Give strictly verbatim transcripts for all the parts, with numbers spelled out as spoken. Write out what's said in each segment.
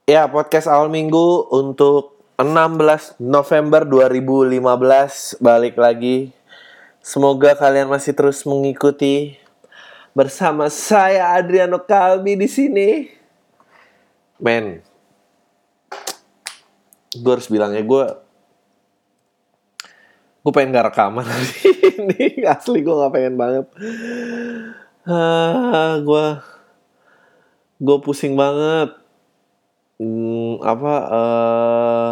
Ya, podcast awal minggu untuk enam belas November dua ribu lima belas balik lagi. Semoga kalian masih terus mengikuti bersama saya Adriano Kalbi di sini. Men, gue harus bilangnya gue gue pengen gak rekaman hari ini. Asli gue gak pengen banget. Ah, gue gue pusing banget. Hmm, apa? Uh,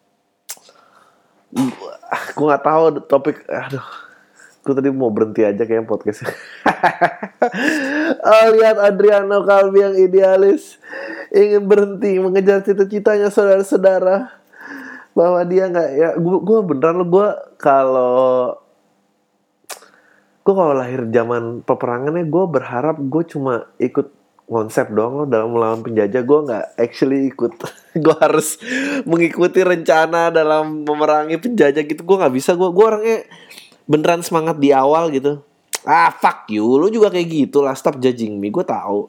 gue nggak tahu topik. Aduh, gue tadi mau berhenti aja kayak podcastnya. Oh, lihat Adriano Kalbi yang idealis ingin berhenti mengejar cita-citanya saudara-saudara, bahwa dia nggak ya gue gue beneran lo gue kalau gue kalau lahir zaman peperangannya gue berharap gue cuma ikut konsep doang lo dalam melawan penjajah. Gue nggak actually ikut. Gue harus mengikuti rencana dalam memerangi penjajah gitu. Gue nggak bisa. Gue gue orangnya beneran semangat di awal gitu. Ah fuck you, lu juga kayak gitu lah. Stop judging me, gue tahu.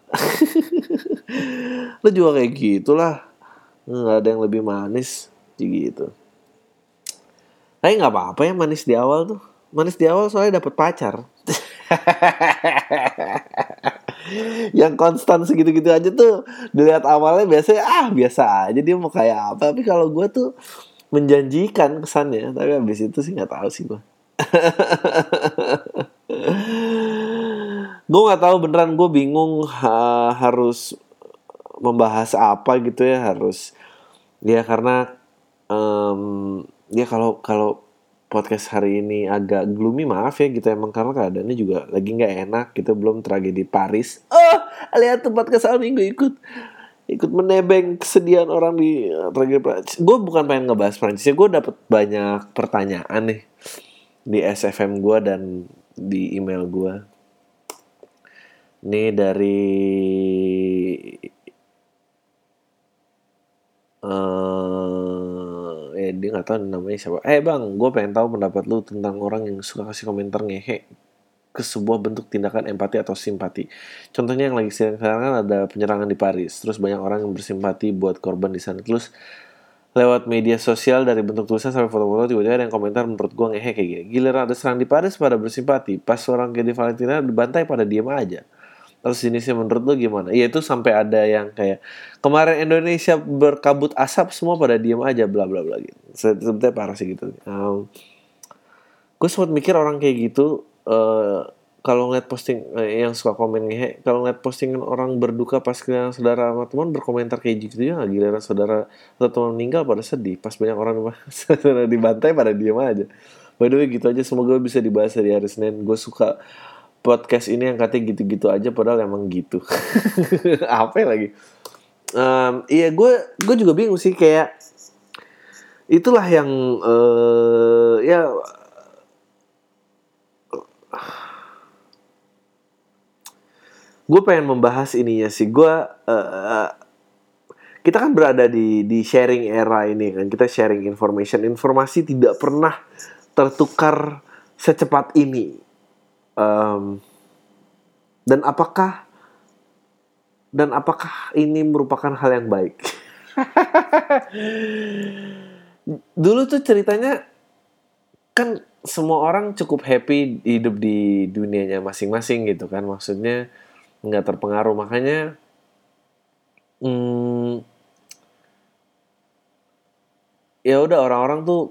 Lu juga kayak gitulah. Nggak ada yang lebih manis gitu. Tapi nggak apa-apa ya manis di awal tuh. Manis di awal soalnya dapet pacar. Yang konstan segitu-gitu aja tuh dilihat awalnya biasanya ah biasa aja dia mau kayak apa. Tapi kalau gue tuh menjanjikan kesannya. Tapi abis itu sih nggak tahu sih gue. Gue nggak tahu beneran, gue bingung uh, harus membahas apa gitu ya. Harus ya karena um, ya kalau kalau podcast hari ini agak gloomy, maaf ya gitu, emang karena keadaannya juga lagi nggak enak gitu, belum tragedi Paris. Oh, lihat tuh podcast awal minggu ikut ikut menebeng kesedihan orang di uh, tragedi Paris. Gue bukan pengen ngebahas Prancis ya, gue dapet banyak pertanyaan nih di S F M gue dan di email gue. Ini dari uh, eh dia nggak tahu namanya siapa. Eh bang, gue pengen tahu pendapat lu tentang orang yang suka kasih komentar ngehe ke sebuah bentuk tindakan empati atau simpati. Contohnya yang lagi sekarang kan ada penyerangan di Paris, terus banyak orang yang bersimpati buat korban di sana. Terus lewat media sosial dari bentuk tulisan sampai foto-foto tiba-tiba ada yang komentar menurut gue ngehe kayak gini. Giliran ada serang di Paris pada bersimpati, pas orang kayak di Valentina dibantai pada diem aja. Terus jenisnya menurut lu gimana? Iya itu sampai ada yang kayak kemarin Indonesia berkabut asap semua pada diem aja bla bla bla gitu. Sebetulnya parah sih gitu. Um, gue sempat mikir orang kayak gitu uh, kalau ngeliat posting uh, yang suka komen ngehe, kalau ngeliat postingan orang berduka pas kehilangan saudara sama teman berkomentar kayak gitu ya, giliran saudara atau teman meninggal pada sedih, pas banyak orang dibantai pada diem aja. By the way gitu aja, semoga bisa dibahas di hari Senin. Gue suka podcast ini yang katanya gitu-gitu aja padahal emang gitu. Apa lagi? Um, iya gue gue juga bingung sih, kayak itulah yang uh, ya gue pengen membahas ininya sih. Gue uh, kita kan berada di di sharing era ini kan, kita sharing information, informasi tidak pernah tertukar secepat ini. Um, dan apakah dan apakah ini merupakan hal yang baik? Dulu tuh ceritanya kan semua orang cukup happy hidup di dunianya masing-masing gitu kan, maksudnya nggak terpengaruh, makanya hmm, ya udah orang-orang tuh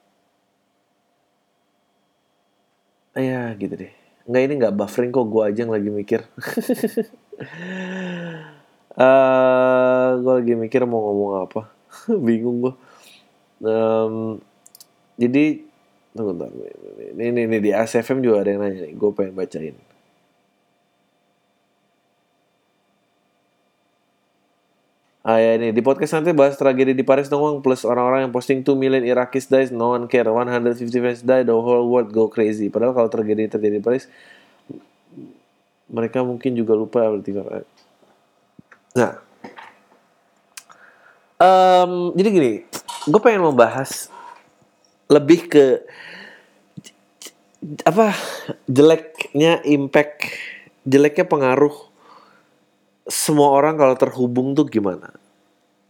ya gitu deh. Nggak, ini nggak buffering kok, gue aja yang lagi mikir. uh, gue lagi mikir mau ngomong apa. Bingung gue. Um, jadi tunggu bentar. Ini, ini, ini di A S F M juga ada yang nanya nih. Gue pengen bacain. Ah ya, ini di podcast nanti bahas tragedi di Paris dong, plus orang-orang yang posting two million Iraqis dies, no one care, one hundred fifty fans die, the whole world go crazy. Padahal kalau tragedi terjadi di Paris, mereka mungkin juga lupa berarti. Nah, um, jadi gini, gue pengen membahas lebih ke apa jeleknya impact, jeleknya pengaruh semua orang kalau terhubung tuh gimana.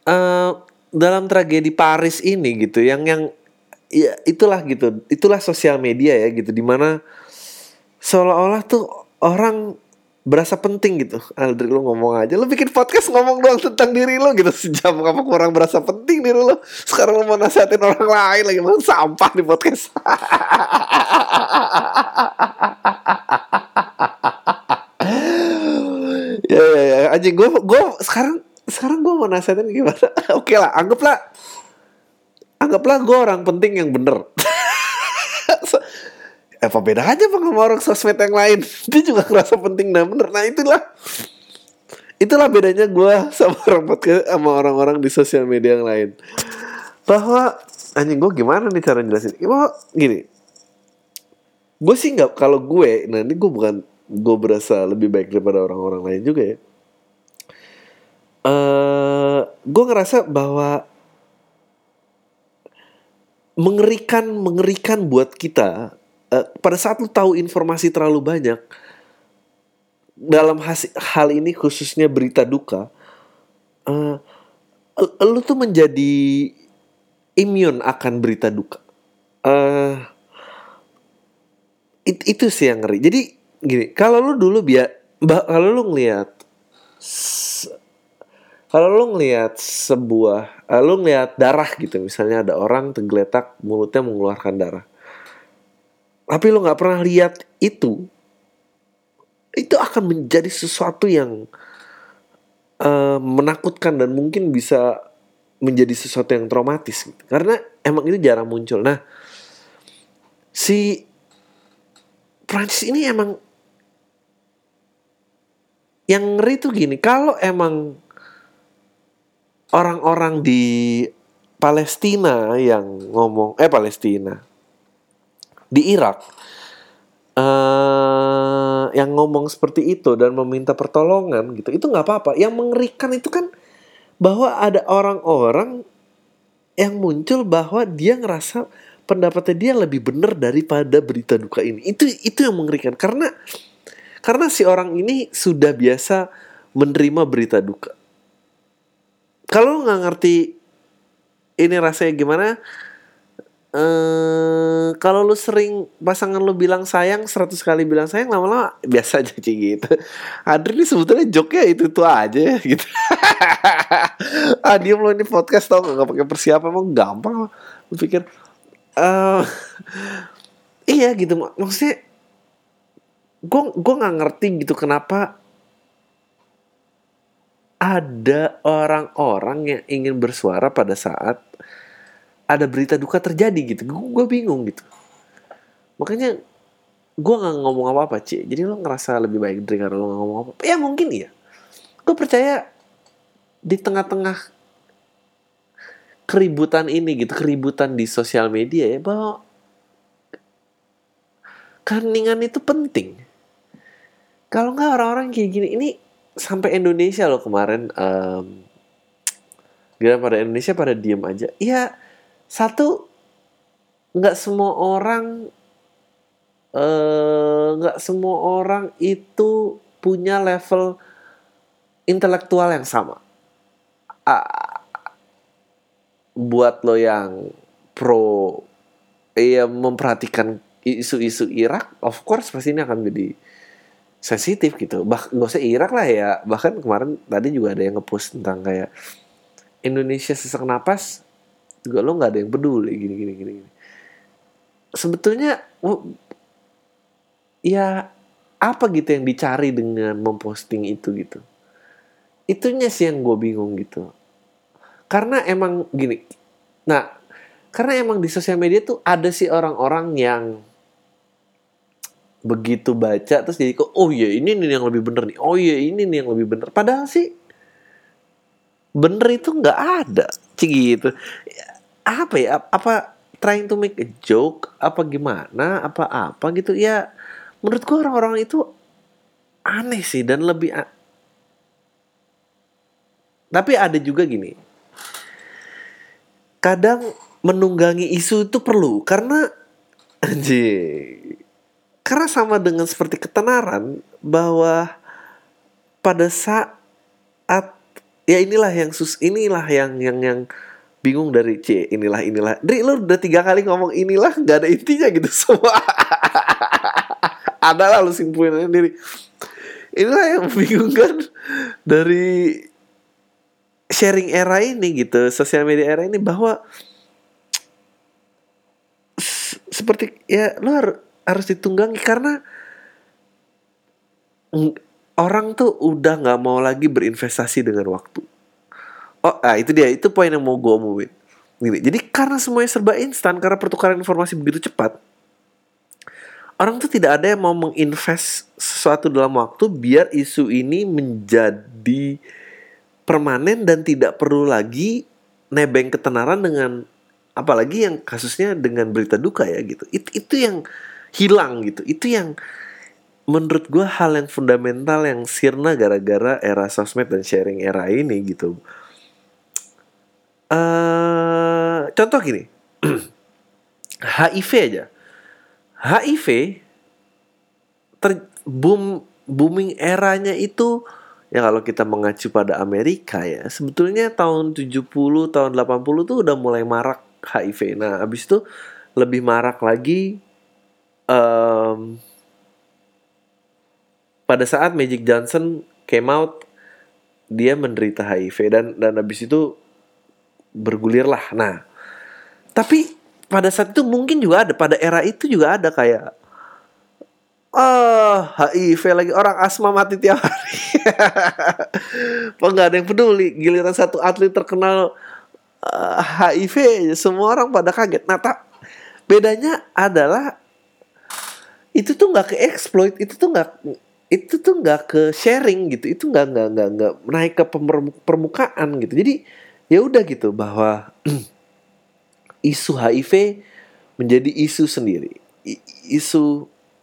uh, dalam tragedi Paris ini gitu, yang yang ya itulah gitu, itulah sosial media ya gitu, dimana seolah-olah tuh orang berasa penting gitu. Aldri, lu ngomong aja, lu bikin podcast ngomong doang tentang diri lu gitu, sejam apa kurang berasa penting diri lu. Sekarang lu mau nasihatin orang lain lagi, mau sampah di podcast. Ya ya ya, anjing, gue gue sekarang sekarang gue mau nasihatin gimana? Oke lah, anggaplah anggaplah gue orang penting yang bener. Apa bedanya bang sama orang sosmed yang lain? Dia juga ngerasa penting dan bener. Nah itulah Itulah bedanya gue sama orang podcast, sama orang-orang di sosial media yang lain. Bahwa anjing, gue gimana nih cara jelasin? Bahwa gini, gue sih nggak, kalau gue, nah ini gue bukan gue berasa lebih baik daripada orang-orang lain juga ya. Uh, gue ngerasa bahwa mengerikan mengerikan buat kita. Uh, pada saat lu tahu informasi terlalu banyak dalam hasil, hal ini khususnya berita duka, uh, lu tuh menjadi immune akan berita duka. Uh, it, itu sih yang ngeri. Jadi gini, kalau lu dulu biar, kalau lu ngelihat, kalau lu ngelihat sebuah, uh, lu ngelihat darah gitu, misalnya ada orang tergeletak mulutnya mengeluarkan darah, tapi lu nggak pernah lihat itu, itu akan menjadi sesuatu yang uh, menakutkan dan mungkin bisa menjadi sesuatu yang traumatis gitu. Karena emang itu jarang muncul. Nah, si Prancis ini emang yang ngeri tuh gini, kalau emang orang-orang di Palestina yang ngomong, eh Palestina di Irak, uh, yang ngomong seperti itu dan meminta pertolongan gitu, itu nggak apa-apa. Yang mengerikan itu kan bahwa ada orang-orang yang muncul bahwa dia ngerasa pendapatnya dia lebih benar daripada berita duka ini. Itu itu yang mengerikan, karena karena si orang ini sudah biasa menerima berita duka. Kalau nggak ngerti ini rasanya gimana, Uh, kalau lu sering pasangan lu bilang sayang seratus kali bilang sayang, lama-lama biasa aja gitu. Adri ini sebetulnya joke-nya itu tuh aja gitu. Ah diem lo, ini podcast tau gak, gak pakai persiapan, emang gampang lu pikir. Uh, iya gitu, maksudnya gue gue nggak ngerti gitu kenapa ada orang-orang yang ingin bersuara pada saat ada berita duka terjadi gitu. Gue bingung gitu. Makanya gue gak ngomong apa-apa, Ci. Jadi lo ngerasa lebih baik dari karena lo gak ngomong apa-apa. Ya mungkin iya. Gue percaya di tengah-tengah keributan ini gitu, keributan di sosial media ya, bahwa keheningan itu penting. Kalau gak orang-orang kayak gini, ini sampai Indonesia loh kemarin, um, gara pada Indonesia pada diem aja. Ya satu, nggak semua orang nggak uh, semua orang itu punya level intelektual yang sama. Uh, buat lo yang pro, ya memperhatikan isu-isu Irak, of course pasti ini akan jadi sensitif gitu. Bah, nggak usah Irak lah ya. Bahkan kemarin tadi juga ada yang ngepost tentang kayak Indonesia sesak napas, juga lo nggak ada yang peduli gini gini gini. Sebetulnya ya apa gitu yang dicari dengan memposting itu gitu. Itunya sih yang gue bingung gitu. Karena emang gini. Nah, karena emang di sosial media tuh ada sih orang-orang yang begitu baca terus jadi kok, oh iya ini nih yang lebih bener nih. Oh iya ini nih yang lebih bener. Padahal sih bener itu nggak ada, cik gitu. Apa ya? Apa trying to make a joke? Apa gimana? Apa-apa gitu ya? Menurut gue orang-orang itu aneh sih dan lebih. A- Tapi ada juga gini. Kadang menunggangi isu itu perlu karena anjing. Karena sama dengan seperti ketenaran bahwa pada saat ya inilah yang sus inilah yang yang yang bingung dari C inilah inilah. Dri, lu udah tiga kali ngomong inilah nggak ada intinya gitu semua. Ada lah lu simpulin sendiri. Inilah yang membingungkan dari sharing era ini gitu, sosial media era ini, bahwa s- seperti ya lu har- harus ditunggangi karena ng- orang tuh udah nggak mau lagi berinvestasi dengan waktu. Oh, ah itu dia, itu poin yang mau gue omongin. Gini, jadi karena semuanya serba instan, karena pertukaran informasi begitu cepat, orang tuh tidak ada yang mau menginvest sesuatu dalam waktu biar isu ini menjadi permanen dan tidak perlu lagi nebeng ketenaran dengan, apalagi yang kasusnya dengan berita duka ya gitu. Itu itu yang hilang gitu. Itu yang menurut gue hal yang fundamental yang sirna gara-gara era sosmed dan sharing era ini gitu. Eh, contoh gini, H I V aja. H I V ter, boom booming eranya itu ya kalau kita mengacu pada Amerika ya, sebetulnya tahun tujuh puluh, tahun delapan puluh tuh udah mulai marak H I V. Nah, abis itu lebih marak lagi um, pada saat Magic Johnson came out, dia menderita H I V dan dan abis itu bergulirlah. Nah, tapi pada saat itu mungkin juga ada, pada era itu juga ada kayak oh, H I V lagi, orang asma mati tiap hari. Kok nggak ada yang peduli. Giliran satu atlet terkenal uh, H I V, semua orang pada kaget. Nah, tak, bedanya adalah itu tuh nggak ke exploit, itu tuh nggak itu tuh nggak ke sharing gitu, itu nggak nggak nggak nggak naik ke permukaan gitu. Jadi ya udah gitu bahwa isu H I V menjadi isu sendiri, I- isu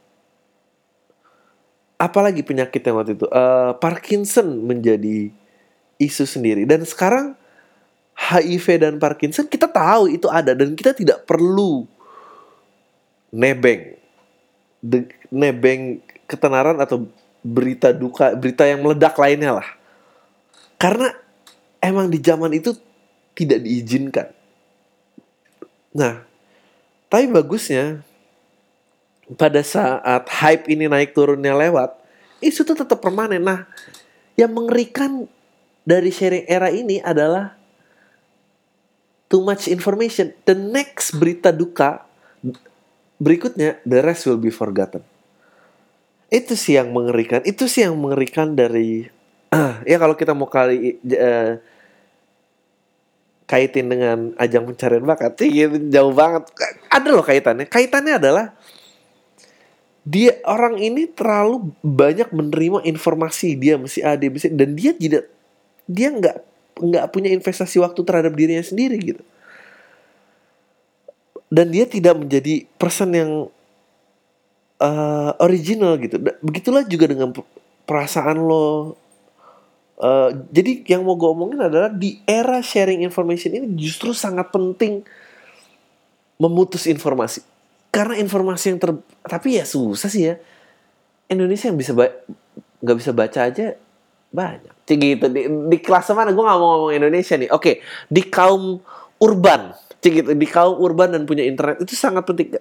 apalagi penyakit yang waktu itu uh, Parkinson menjadi isu sendiri. Dan sekarang H I V dan Parkinson kita tahu itu ada dan kita tidak perlu nebeng de, nebeng ketenaran atau berita duka, berita yang meledak lainnya lah, karena emang di zaman itu tidak diizinkan. Nah, tapi bagusnya pada saat hype ini naik turunnya lewat, isu itu tetap permanen. Nah, yang mengerikan dari sharing era ini adalah too much information. The next berita duka berikutnya, the rest will be forgotten. Itu sih yang mengerikan. Itu sih yang mengerikan dari uh, ya kalau kita mau kali uh, kaitin dengan ajang pencarian bakat sih gitu, jauh banget. Ada loh kaitannya. Kaitannya adalah dia, orang ini terlalu banyak menerima informasi, dia mesti A, dia mesti, dan dia tidak, dia nggak nggak punya investasi waktu terhadap dirinya sendiri gitu. Dan dia tidak menjadi person yang uh, original gitu. Begitulah juga dengan perasaan lo. Uh, jadi yang mau gue omongin adalah di era sharing information ini justru sangat penting memutus informasi. Karena informasi yang ter... Tapi ya susah sih ya. Indonesia yang bisa ba... gak bisa baca aja banyak. Cik gitu. Di, di kelas mana? Gue gak mau ngomong Indonesia nih. Oke. Di kaum urban. Cik gitu. Di kaum urban dan punya internet. Itu sangat penting.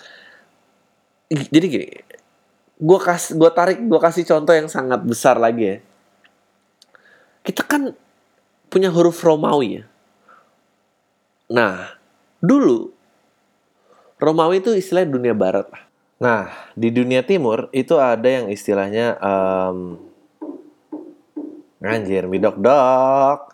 Jadi gini. Gue kasih, gue tarik, gue kasih contoh yang sangat besar lagi ya. Kita kan punya huruf Romawi ya. Nah. Dulu Romawi itu istilah dunia barat lah. Nah, di dunia timur itu ada yang istilahnya um, anjir, midok-dok.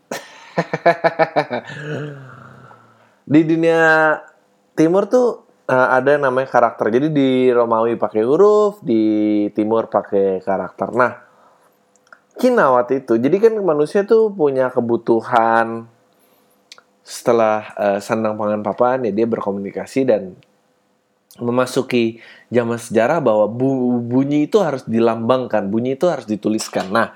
Di dunia timur tuh uh, ada yang namanya karakter. Jadi di Romawi pakai huruf, di timur pakai karakter. Nah, Cina waktu itu, jadi kan manusia tuh punya kebutuhan setelah uh, sandang pangan papan ya, dia berkomunikasi dan memasuki zaman sejarah bahwa bu- bunyi itu harus dilambangkan, bunyi itu harus dituliskan. Nah,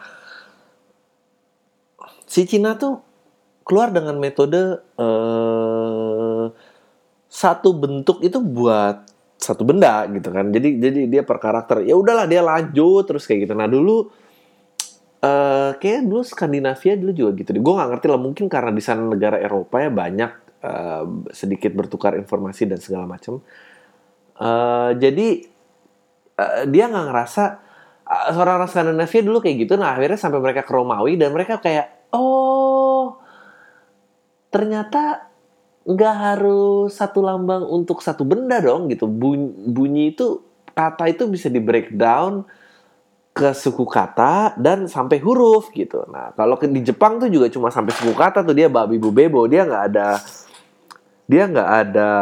si Cina tuh keluar dengan metode eh, satu bentuk itu buat satu benda gitu kan. Jadi jadi dia per karakter. Ya udahlah dia lanjut terus kayak gitu. Nah, dulu Uh, kayaknya dulu Skandinavia dulu juga gitu deh. Gue nggak ngerti lah, mungkin karena di sana negara Eropa ya banyak uh, sedikit bertukar informasi dan segala macam. Uh, jadi uh, dia nggak ngerasa uh, orang-orang Skandinavia dulu kayak gitu. Nah akhirnya sampai mereka ke Romawi dan mereka kayak oh ternyata nggak harus satu lambang untuk satu benda dong gitu. Bunyi, bunyi itu kata itu bisa di breakdown ke suku kata dan sampai huruf gitu. Nah kalau di Jepang tuh juga cuma sampai suku kata tuh, dia babi bu bebo, dia nggak ada dia nggak ada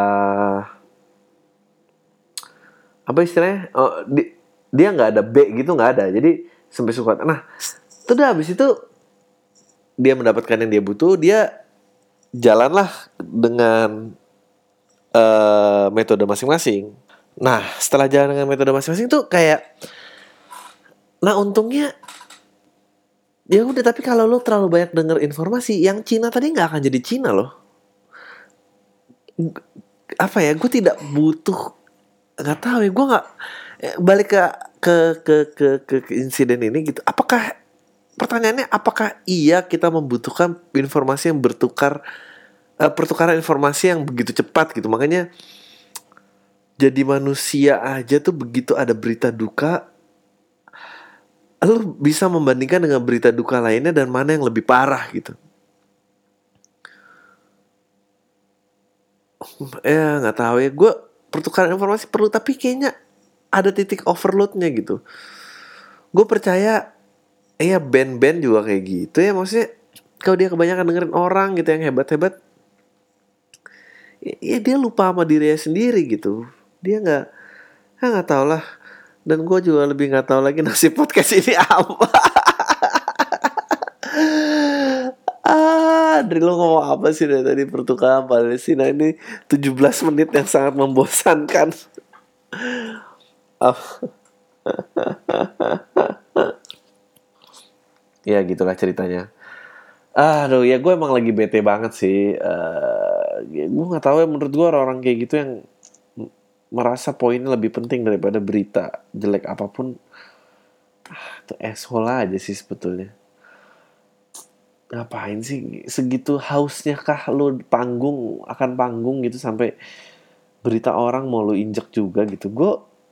apa istilahnya, oh, di, dia nggak ada B gitu, nggak ada, jadi sampai suku kata. Nah itu udah habis itu dia mendapatkan yang dia butuh, dia jalanlah dengan uh, metode masing-masing. Nah setelah jalan dengan metode masing-masing tuh kayak, nah untungnya ya udah, tapi kalau lo terlalu banyak denger informasi, yang Cina tadi nggak akan jadi Cina loh. Apa ya, gue tidak butuh, nggak tahu ya, gue nggak balik ke ke ke ke ke, ke insiden ini gitu. Apakah pertanyaannya apakah iya kita membutuhkan informasi yang bertukar, uh, pertukaran informasi yang begitu cepat gitu. Makanya jadi manusia aja tuh begitu ada berita duka, lu bisa membandingkan dengan berita duka lainnya dan mana yang lebih parah gitu. Ya nggak tahu ya, gue pertukaran informasi perlu, tapi kayaknya ada titik overloadnya gitu. Gue percaya ya band-band juga kayak gitu ya, maksudnya kalau dia kebanyakan dengerin orang gitu yang hebat-hebat, ya, ya dia lupa sama dirinya sendiri gitu. Dia nggak, ya nggak tahu lah. Dan gue juga lebih nggak tahu lagi nasib podcast ini apa. Ah, Dri, lo ngomong apa sih dari tadi? Pertukaran Palestina ini tujuh belas menit yang sangat membosankan. Ya gitulah ceritanya. Aduh ya, gue emang lagi bete banget sih. Uh, ya, gue nggak tahu ya, menurut gue orang-orang kayak gitu yang merasa poinnya lebih penting daripada berita jelek apapun, ah, tuh asshole aja sih sebetulnya. Ngapain sih segitu hausnya kah lu panggung akan panggung gitu sampai berita orang mau lu injek juga gitu. Gue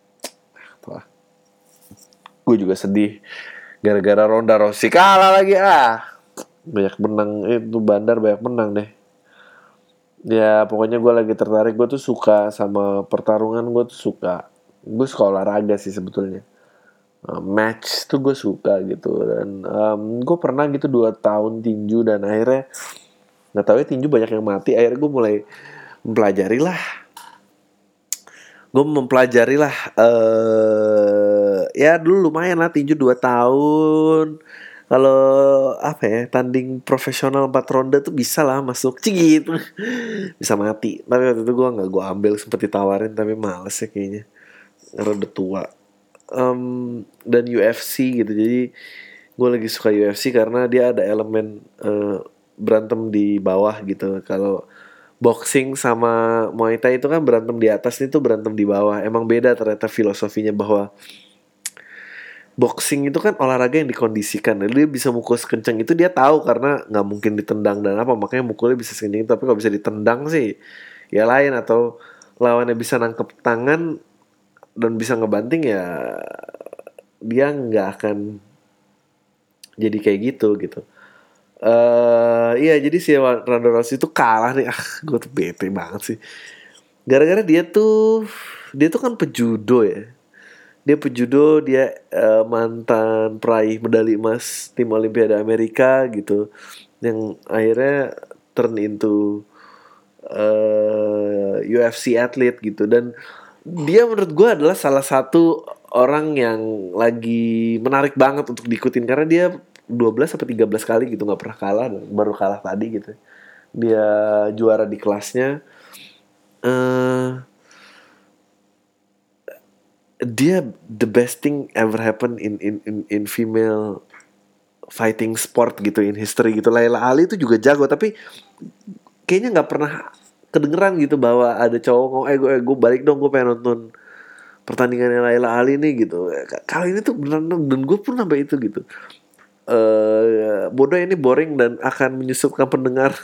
gue juga sedih gara-gara Ronda Rousey kalah lagi. Ah banyak menang itu, Bandar banyak menang deh. Ya pokoknya gue lagi tertarik, gue tuh suka sama pertarungan, gue tuh suka gue suka olahraga sih sebetulnya. Uh, match tuh gue suka gitu. Dan um, gue pernah gitu dua tahun tinju, dan akhirnya nggak tahu ya, tinju banyak yang mati. Akhirnya gue mulai mempelajari lah gue mempelajari lah uh, ya dulu lumayan lah tinju dua tahun. Kalau apa ya, tanding profesional empat ronde tuh bisa lah masuk cigit. Bisa mati. Tapi waktu itu gue nggak gue ambil, sempet ditawarin tapi males ya kayaknya karena udah tua. Um, dan U F C gitu, jadi gue lagi suka U F C karena dia ada elemen uh, berantem di bawah gitu. Kalau boxing sama Muay Thai itu kan berantem di atas, ini tuh berantem di bawah. Emang beda ternyata filosofinya, bahwa boxing itu kan olahraga yang dikondisikan. Dia bisa mukul sekencang itu, dia tahu karena nggak mungkin ditendang dan apa, makanya mukulnya bisa sekencang itu. Tapi kalau bisa ditendang sih ya lain, atau lawannya bisa nangkep tangan dan bisa ngebanting, ya dia nggak akan jadi kayak gitu gitu. Uh, iya jadi si Ronda Rousey itu kalah nih. Ah gue tuh bete banget sih, gara-gara dia tuh dia tuh kan pejudo ya. Dia pejudo, dia uh, mantan peraih medali emas tim Olimpiade Amerika gitu, yang akhirnya turn into uh, U F C athlete gitu. Dan dia menurut gue adalah salah satu orang yang lagi menarik banget untuk diikutin, karena dia dua belas sampai tiga belas kali gitu nggak pernah kalah, baru kalah tadi gitu. Dia juara di kelasnya. Uh, dia the best thing ever happen in in in in female fighting sport gitu, in history gitu. Laila Ali itu juga jago, tapi kayaknya nggak pernah kedengeran gitu bahwa ada cowok ngomong, eh gue eh, gue balik dong, gue pengen nonton pertandingannya Laila Ali nih gitu. Kali ini tuh beneran, dan gue pun sampai itu gitu. uh, bodoh ini boring dan akan menyusupkan pendengar.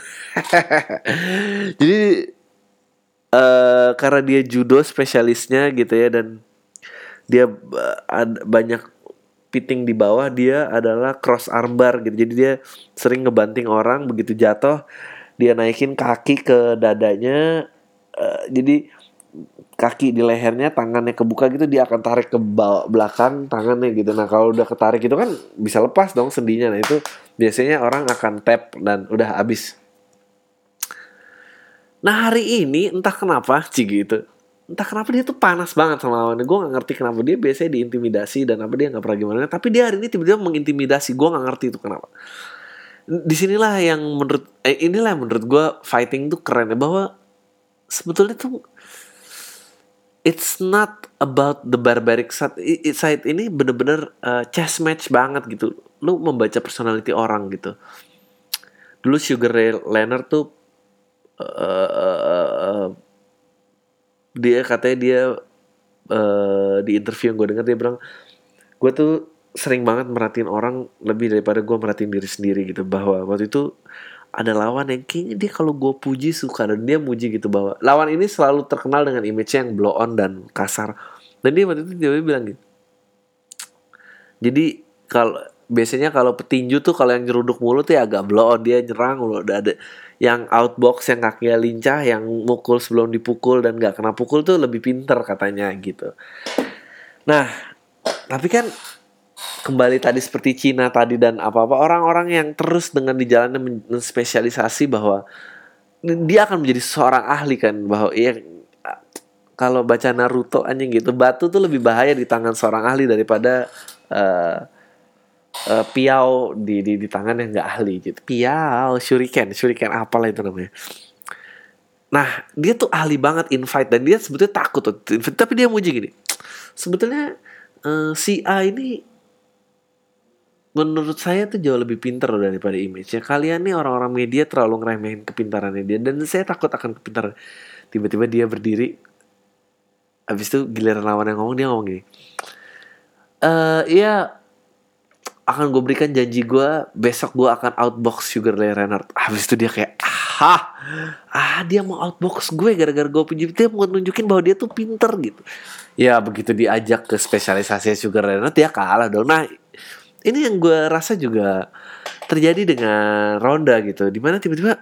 Jadi uh, karena dia judo spesialisnya gitu ya, dan dia uh, ada banyak piting di bawah, dia adalah cross armbar gitu. Jadi dia sering ngebanting orang, begitu jatuh dia naikin kaki ke dadanya, uh, jadi kaki di lehernya, tangannya kebuka gitu, dia akan tarik ke bawah, belakang tangannya gitu. Nah kalau udah ketarik itu kan bisa lepas dong sendinya. Nah itu biasanya orang akan tap dan udah habis. Nah hari ini entah kenapa Ci gitu, entah kenapa dia tuh panas banget sama lawannya. Gue gak ngerti kenapa. Dia biasanya diintimidasi dan apa, dia gak pernah gimana, tapi dia hari ini tiba-tiba mengintimidasi. Gue gak ngerti itu kenapa. Disinilah yang menurut eh, inilah yang menurut gue fighting tuh keren ya, bahwa sebetulnya tuh it's not about the barbaric side. Side ini bener-bener uh, chess match banget gitu. Lu membaca personality orang gitu. Dulu Sugar Ray Leonard tuh uh, uh, uh, dia katanya dia uh, di interview yang gue dengar dia bilang, gue tuh sering banget merhatiin orang lebih daripada gue merhatiin diri sendiri gitu. Bahwa waktu itu ada lawan yang kayaknya dia kalau gue puji suka, dan dia muji gitu, bahwa lawan ini selalu terkenal dengan image yang blow on dan kasar. Dan dia waktu itu dia bilang gitu, jadi kalau biasanya kalau petinju tuh kalau yang nyeruduk mulut ya agak blow on, dia nyerang mulu. Udah ada yang outbox, yang kakinya lincah, yang mukul sebelum dipukul dan gak kena pukul tuh lebih pinter katanya gitu. Nah tapi kan kembali tadi seperti Cina tadi dan apa-apa, orang-orang yang terus dengan di jalannya menspesialisasi bahwa dia akan menjadi seorang ahli kan, bahwa iya kalau baca Naruto anjing gitu, batu tuh lebih bahaya di tangan seorang ahli daripada uh, uh, piau di, di di tangan yang nggak ahli gitu. Piau, shuriken, shuriken apalah itu namanya. Nah dia tuh ahli banget in fight, dan dia sebetulnya takut tuh, tapi dia muji gini, sebetulnya uh, si A ini menurut saya tuh jauh lebih pintar daripada image-nya. Kalian nih orang-orang media terlalu ngeremehin kepintarannya dia, dan saya takut akan kepintaran. Tiba-tiba dia berdiri, habis itu giliran lawan yang ngomong, dia ngomong gini, eh iya, akan gue berikan janji gue, besok gue akan outbox Sugar Ray Leonard. Habis itu dia kayak ah, ah dia mau outbox gue gara-gara gue puji. Dia mau nunjukin bahwa dia tuh pinter gitu. Ya begitu diajak ke spesialisasi Sugar Ray Leonard, dia kalah dong. Nah ini yang gue rasa juga terjadi dengan Ronda gitu, dimana tiba-tiba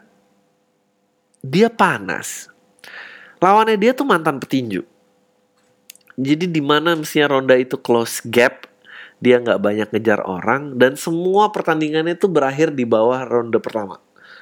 dia panas. Lawannya dia tuh mantan petinju. Jadi dimana mestinya Ronda itu close gap, dia nggak banyak ngejar orang, dan semua pertandingannya tuh berakhir di bawah ronde pertama.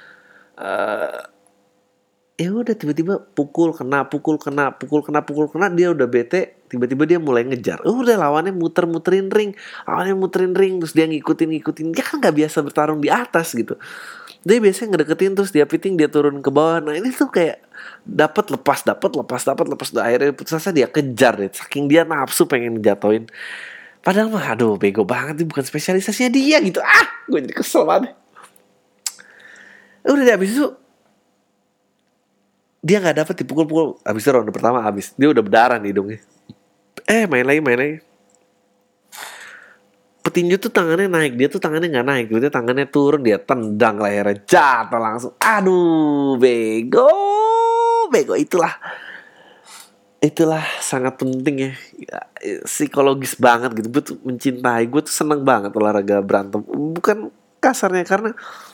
Uh, ya udah tiba-tiba pukul kena, pukul kena, pukul kena, pukul kena, dia udah bete. Tiba-tiba dia mulai ngejar. Uh, udah lawannya muter-muterin ring, lawannya muterin ring, terus dia ngikutin-ngikutin. Dia kan nggak biasa bertarung di atas gitu. Dia biasanya ngedeketin, terus dia piting, dia turun ke bawah. Nah ini tuh kayak dapat lepas, dapat lepas, dapat lepas. Akhirnya putus asa, dia kejar deh. Saking dia nafsu pengen jatoin. Padahal mah aduh bego banget, ini bukan spesialisasinya dia gitu. Ah, gue jadi kesel banget. Udah deh, abis itu dia nggak dapat dipukul-pukul. Abis itu ronde pertama abis, dia udah berdarah nih hidungnya. Eh main lagi main lagi. Petinju tuh tangannya naik, dia tuh tangannya nggak naik, dia tangannya turun, dia tendang lehernya, jatuh langsung. Aduh bego, bego itulah. Itulah sangat penting ya, psikologis banget gitu. Gue tuh mencintai, gue tuh seneng banget olahraga berantem. Bukan kasarnya, karena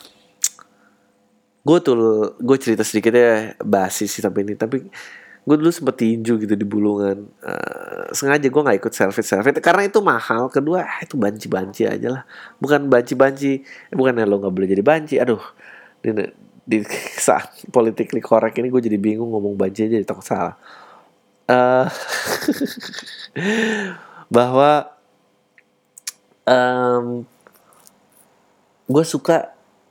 gue tuh, gue cerita sedikit ya basi sih sampai ini, tapi gue dulu sempet tinju gitu di Bulungan. Uh, sengaja gue nggak ikut selfie selfie karena itu mahal. Kedua ah, itu banci banci aja lah, bukan banci banci, eh, bukan ya lo nggak boleh jadi banci. Aduh, di, di saat politically correct ini gue jadi bingung ngomong banci aja, takut salah. Uh, bahwa um, gue suka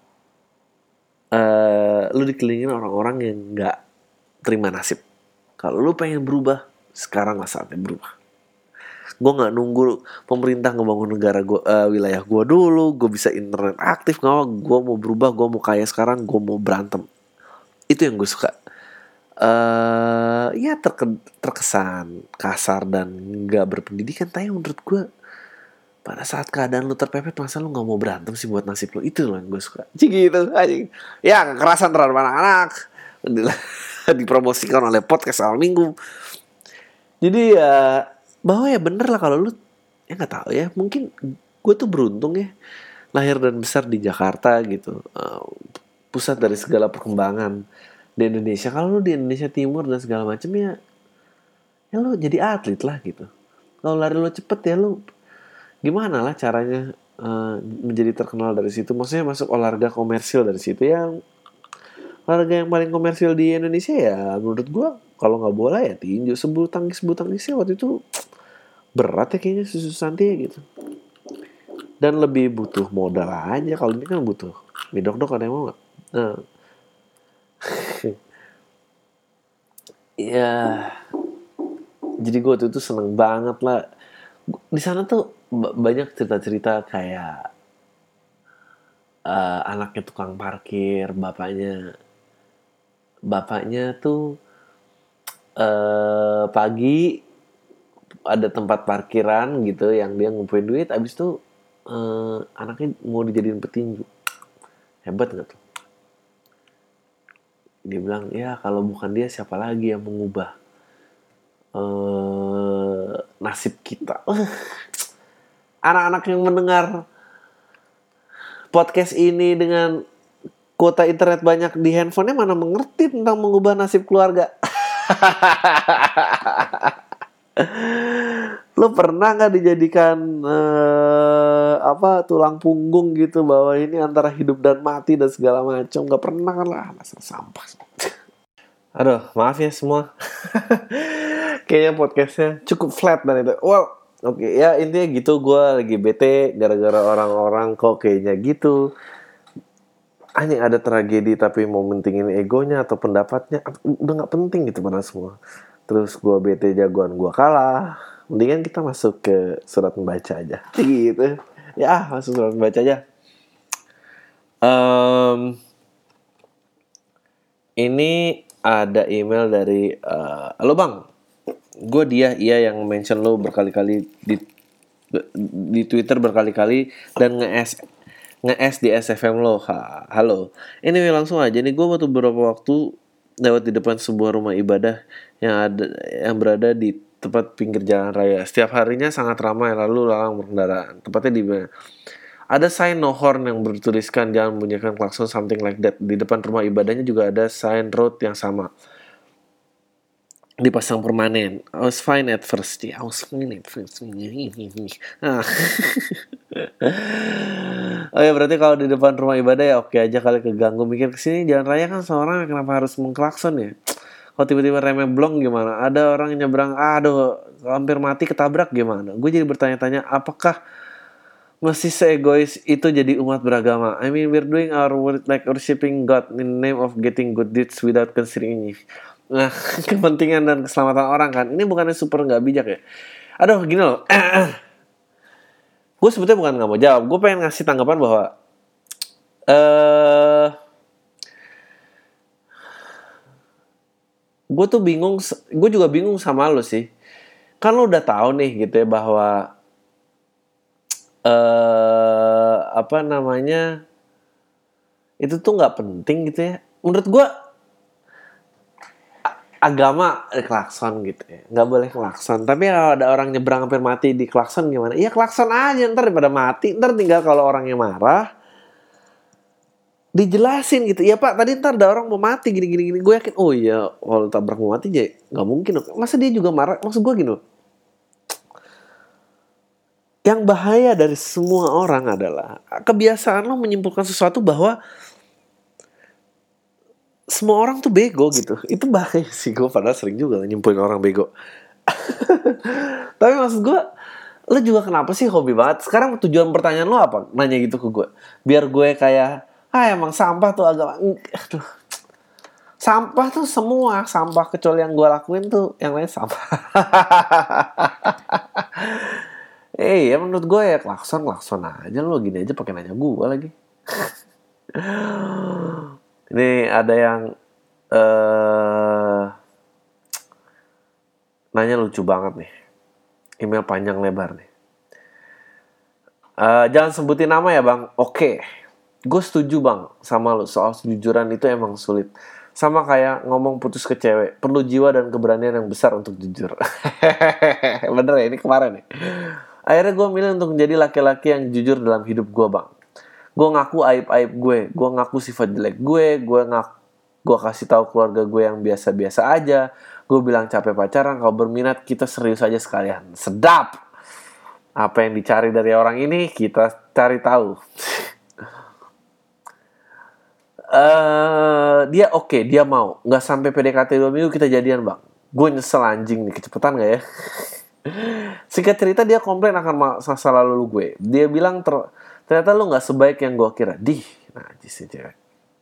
uh, lu dikelilingin orang-orang yang nggak terima nasib. Kalau lu pengen berubah, sekarang lah saatnya berubah. Gue nggak nunggu pemerintah ngebangun negara gue, uh, wilayah gue dulu. Gue bisa internet aktif, nggak mau. Gue mau berubah, gue mau kaya sekarang, gue mau berantem. Itu yang gue suka. Uh, ya terke- terkesan kasar dan nggak berpendidikan, tapi menurut gue pada saat keadaan lu terpepet, masa lu gak mau berantem sih buat nasib lu? Itu loh yang gue suka. Cik gitu, anjing. Ya, kekerasan terhadap anak-anak dipromosikan oleh podcast awal minggu. Jadi ya, bahwa ya bener lah kalau lu, ya gak tahu ya, mungkin gue tuh beruntung ya, lahir dan besar di Jakarta gitu, uh, pusat dari segala perkembangan di Indonesia. Kalau lu di Indonesia Timur dan segala macam ya, ya lu jadi atlet lah gitu. Kalau lari lu cepet ya lu gimana lah caranya uh, menjadi terkenal dari situ. Maksudnya masuk olahraga komersil dari situ. Yang olahraga yang paling komersil di Indonesia ya menurut gue kalau nggak bola ya tinju. Sebulu tangkis, sebulu tangkisnya waktu itu berat ya kayaknya Susu Santi gitu. Dan lebih butuh modal aja. Kalau ini kan butuh midok-dok, ada yang mau nggak? Nah. Ya, jadi gue waktu itu seneng banget lah. Di sana tuh banyak cerita-cerita kayak uh, anaknya tukang parkir, bapaknya bapaknya tuh uh, pagi ada tempat parkiran gitu yang dia ngumpulin duit, abis itu uh, anaknya mau dijadiin petinju. Hebat nggak tuh? Dia bilang ya kalau bukan dia siapa lagi yang mengubah uh, nasib kita. Anak-anak yang mendengar podcast ini dengan kuota internet banyak di handphonenya mana mengerti tentang mengubah nasib keluarga. Lo pernah nggak dijadikan uh, apa tulang punggung gitu bahwa ini antara hidup dan mati dan segala macam? Nggak pernah kan lah, dasar sampah. Aduh, maaf ya semua. Kayaknya podcastnya cukup flat dan itu. Well, oke okay, ya intinya gitu, gue lagi bete gara-gara orang-orang kok kayaknya gitu. Anjing ada tragedi tapi mau mentingin egonya atau pendapatnya udah nggak penting gitu pada semua. Terus gue bete jagoan gue kalah. Mendingan kita masuk ke surat membaca aja. Gitu. Ya masuk surat membaca aja. Um, ini ada email dari uh, halo bang. Gue dia iya yang mention lo berkali-kali di di Twitter berkali-kali dan nge-S nge-S di S F M lo. Ha, halo. Ini langsung aja nih, gue waktu beberapa waktu lewat di depan sebuah rumah ibadah yang ada yang berada di tepat pinggir jalan raya. Setiap harinya sangat ramai lalu lalang berkendaraan. Tepatnya di mana? Ada sign no horn yang bertuliskan jangan bunyikan klakson, something like that. Di depan rumah ibadahnya juga ada sign road yang sama, dipasang permanen. I was fine at first. I was fine at first. Ah. Oh ya berarti kalau di depan rumah ibadah ya oke aja kali keganggu. Mikir kesini jalan raya kan seorang kenapa harus mengklakson ya? Kalau tiba-tiba remnya blong gimana? Ada orang yang nyebrang, aduh hampir mati ketabrak gimana? Gue jadi bertanya-tanya apakah masih seegois itu jadi umat beragama? I mean we're doing our work like worshiping God in the name of getting good deeds without considering it. Nah, kepentingan dan keselamatan orang kan. Ini bukannya super gak bijak ya? Aduh gini loh. Gue sebetulnya bukan gak mau jawab. Gue pengen ngasih tanggapan bahwa uh, gue tuh bingung. Gue juga bingung sama lo sih. Kan lo udah tahu nih gitu ya bahwa uh, apa namanya itu tuh gak penting gitu ya. Menurut gue agama klakson gitu ya, nggak boleh klakson. Tapi kalau ada orang nyebrang hampir mati di klakson gimana? Iya klakson aja, ntar daripada mati, ntar tinggal kalau orangnya marah dijelasin gitu. Ya pak, tadi ntar ada orang mau mati gini gini gini. Gue yakin, oh iya, kalau tabrak mau mati aja nggak mungkin. Masa dia juga marah? Maksud gue gini loh. Yang bahaya dari semua orang adalah kebiasaan lo menyimpulkan sesuatu bahwa semua orang tuh bego gitu. Itu bahaya sih, gue padahal sering juga nyimpulin orang bego. Tapi maksud gue, lo juga kenapa sih hobi banget? Sekarang tujuan pertanyaan lo apa? Nanya gitu ke gue. Biar gue kayak, ah emang sampah tuh agak, aduh. Sampah tuh semua, sampah kecuali yang gue lakuin tuh, yang lain sampah. Eh ya menurut gue ya klakson, klakson aja lo gini aja pakai nanya gue lagi. Ini ada yang uh, nanya lucu banget nih. Email panjang lebar nih. Uh, jangan sebutin nama ya bang. Oke, gue setuju bang sama lo soal kejujuran itu emang sulit. Sama kayak ngomong putus ke cewek, perlu jiwa dan keberanian yang besar untuk jujur. Bener ya, ini kemarin ya. Akhirnya gue milih untuk menjadi laki-laki yang jujur dalam hidup gue bang. Gue ngaku aib-aib gue, gue ngaku sifat jelek gue, gue ngaku, gue kasih tahu keluarga gue yang biasa-biasa aja. Gue bilang capek pacaran, kalau berminat kita serius aja sekalian. Sedap. Apa yang dicari dari orang ini kita cari tahu. uh, dia oke, okay, dia mau. Nggak sampai P D K T dua minggu kita jadian bang. Gue nyesel anjing nih, kecepetan nggak ya? Singkat cerita dia komplain akan masa lalu gue. Dia bilang ter- ternyata lu nggak sebaik yang gue kira. Dih, najis nih cewek.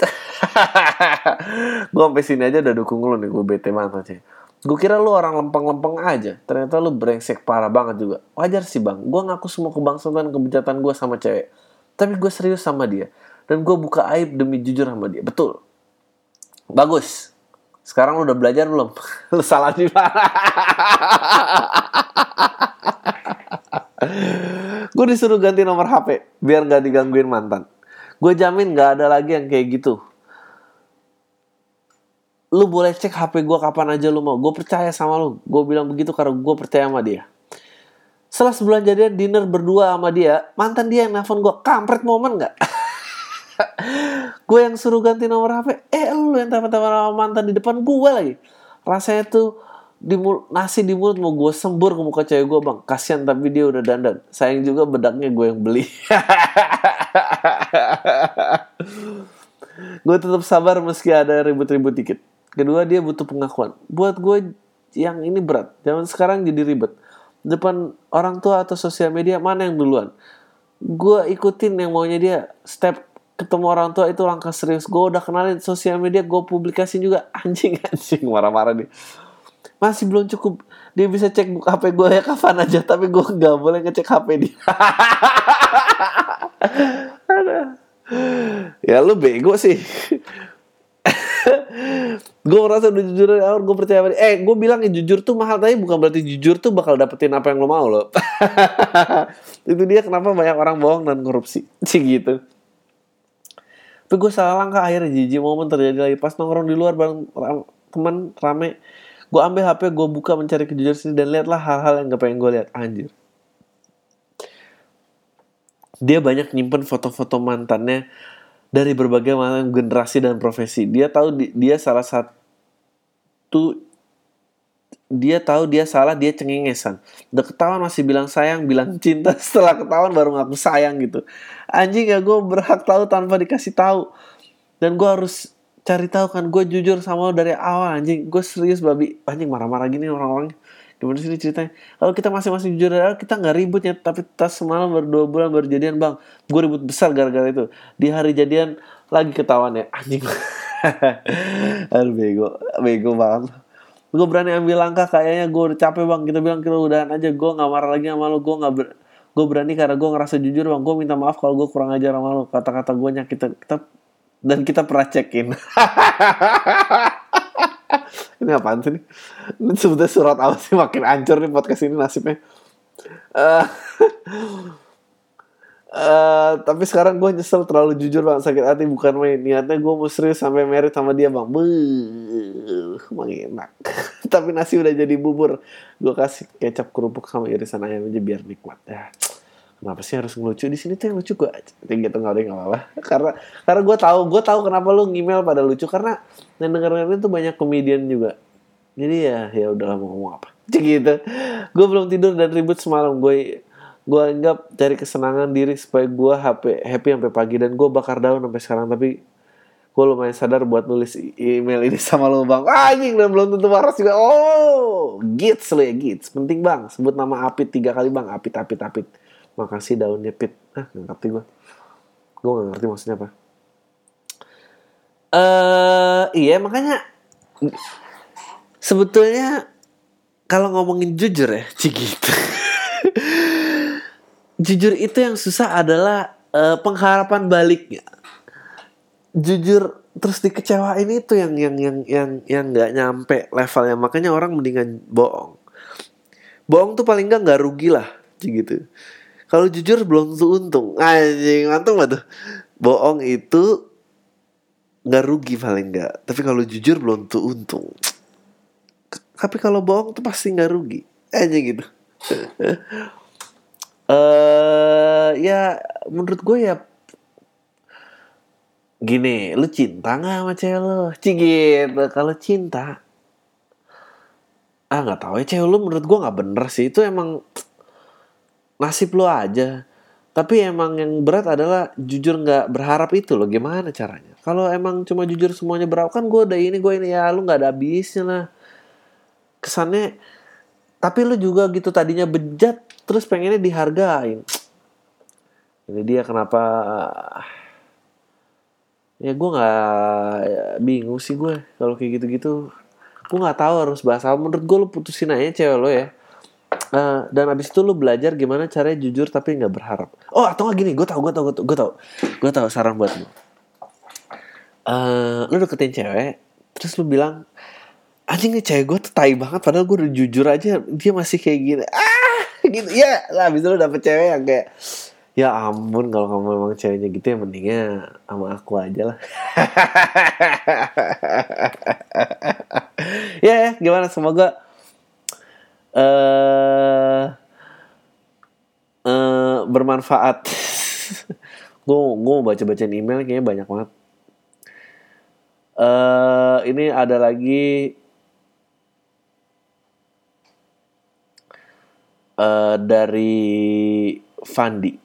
Gue sampai sini aja udah dukung lu nih, gue bete banget aja. Gue kira lu orang lempeng-lempeng aja. Ternyata lu brengsek parah banget juga. Wajar sih bang, gue ngaku semua kebangsaan dan kebejatan gue sama cewek. Tapi gue serius sama dia. Dan gue buka aib demi jujur sama dia. Betul. Bagus. Sekarang lu udah belajar belum? Lu salah di mana? Gue disuruh ganti nomor H P biar gak digangguin mantan. Gue jamin gak ada lagi yang kayak gitu. Lu boleh cek H P gue kapan aja lu mau. Gue percaya sama lu. Gue bilang begitu karena gue percaya sama dia. Setelah sebulan jadian dinner berdua sama dia, mantan dia yang nelfon gue. Kampret momen gak? Gue yang suruh ganti nomor H P. Eh lu yang telepon-telepon sama mantan di depan gue lagi. Rasanya tuh di mul- nasi di mulut mau gue sembur ke muka cewek gue bang. Kasian tapi dia udah dandan. Sayang juga bedaknya gue yang beli. Gue tetap sabar meski ada ribut-ribut dikit. Kedua dia butuh pengakuan. Buat gue yang ini berat. Zaman sekarang jadi ribet. Depan orang tua atau sosial media mana yang duluan? Gue ikutin yang maunya dia. Step ketemu orang tua itu langkah serius. Gue udah kenalin sosial media. Gue publikasin juga. Anjing-anjing marah-marah nih. Masih belum cukup. Dia bisa cek H P gue ya kapan aja. Tapi gue gak boleh ngecek H P dia. Ya lu bego sih. Gue ngerasa udah jujur dari awal. Gue percaya pada Eh gue bilang ya jujur tuh mahal. Tapi bukan berarti jujur tuh bakal dapetin apa yang lo mau loh. Itu dia kenapa banyak orang bohong dan korupsi sih gitu. Tapi gue salah langkah. Akhirnya jijik momen terjadi lagi. Pas nongkrong di luar bareng ram- temen rame. Gue ambil H P, gue buka mencari kejujuran sini. Dan lihatlah hal-hal yang gak pengen gue lihat. Anjir. Dia banyak nyimpen foto-foto mantannya dari berbagai macam generasi dan profesi. Dia tahu di, dia salah satu dia tahu dia salah, dia cengengesan. Udah ketahuan masih bilang sayang, bilang cinta. Setelah ketahuan baru ngaku sayang gitu. Anjing ya, gue berhak tahu tanpa dikasih tahu. Dan gue harus cari tahu kan. Gue jujur sama lo dari awal anjing. Gue serius babi. Anjing marah-marah gini orang-orangnya. Gimana sih ceritanya? Kalau kita masing-masing jujur dari awal, kita gak ribut ya. Tapi tas semalam baru dua bulan baru jadian bang. Gue ribut besar gara-gara itu. Di hari jadian lagi ketahuan ya. Anjing. Aduh bego. Bego banget. Gue berani ambil langkah. Kayaknya gue udah capek bang. Kita bilang kita udahan aja. Gue gak marah lagi sama lo. Gue gak ber... Gue berani karena gue ngerasa jujur bang. Gue minta maaf kalau gue kurang ajar sama lo. Kata-kata gue nyakit kita. Dan kita pernah check-in. Ini apaan sih nih? Ini sebetulnya surat apa sih? Makin hancur nih podcast ini nasibnya. Uh, uh, tapi sekarang gue nyesel terlalu jujur bang. Sakit hati bukan main. Niatnya gue mau serius sampai married sama dia bang. Beuh, emang enak. Tapi nasi udah jadi bubur. Gue kasih kecap kerupuk sama irisan ayam aja biar nikmat. Ya. Kenapa sih harus ngelucu di sini tuh yang lucu gue tinggi tuh nggak ada nggak apa-apa karena karena gue tahu gue tahu kenapa lu ngemail pada lucu karena yang dengerin itu banyak komedian juga jadi ya ya udahlah mau ngomong apa gitu. Gue belum tidur dan ribut semalam. Gue gue anggap cari kesenangan diri supaya gue happy happy sampai pagi dan gue bakar daun sampai sekarang. Tapi gue lumayan sadar buat nulis email ini sama lo bang. Anjing dan belum tentu waras juga. Oh gits lo ya gits penting bang. Sebut nama Apit tiga kali bang. Apit Apit Apit. Makasih daunnya Pit. Ah gak ngerti gue. Gue gak ngerti maksudnya apa. Uh, iya makanya sebetulnya kalau ngomongin jujur ya cik gitu. Jujur itu yang susah adalah uh, pengharapan baliknya. Jujur terus dikecewain itu yang yang yang yang yang nggak nyampe levelnya. Makanya orang mendingan bohong. Bohong tuh paling nggak nggak rugi lah cik gitu. Kalau jujur belum tentu untung. Anjing, mantap gak tuh? Bohong itu nggak rugi paling nggak. Tapi kalau jujur belum tentu untung. Tapi kalau bohong tuh pasti nggak rugi. Aja gitu. Eh uh, ya menurut gue ya gini, lu cinta nggak sama cewek lu? Cik gitu. Kalau cinta, ah nggak tahu ya, cewek lu menurut gue nggak bener sih. Itu emang nasib lu aja. Tapi emang yang berat adalah jujur nggak berharap itu loh. Gimana caranya? Kalau emang cuma jujur semuanya berharap, kan gue udah ini gue ini ya, lu nggak ada habisnya lah. Kesannya, tapi lu juga gitu tadinya bejat, terus pengennya dihargain. Ini dia kenapa? Ya gue nggak ya, bingung sih gue kalau kayak gitu-gitu. Gue nggak tahu harus bahas apa. Menurut gue lu putusin aja cewek lo ya. Uh, dan abis itu lu belajar gimana caranya jujur tapi nggak berharap. Oh atau nggak gini, gue tau, gue tau, gue tau, gue tau, gue tau saran buat lu. Uh, lu deketin cewek, terus lu bilang, anjing nih cewek gue tuh tai banget, padahal gue udah jujur aja, dia masih kayak gini. Ah, gitu ya. Lah abis itu lu dapet cewek yang kayak, ya ampun kalau kamu memang ceweknya gitu ya mendingnya sama aku aja lah. Ya, ya, gimana? Semoga uh, uh, bermanfaat. Gue gue baca-bacain email kayaknya banyak banget. Uh, ini ada lagi uh, dari Fandi.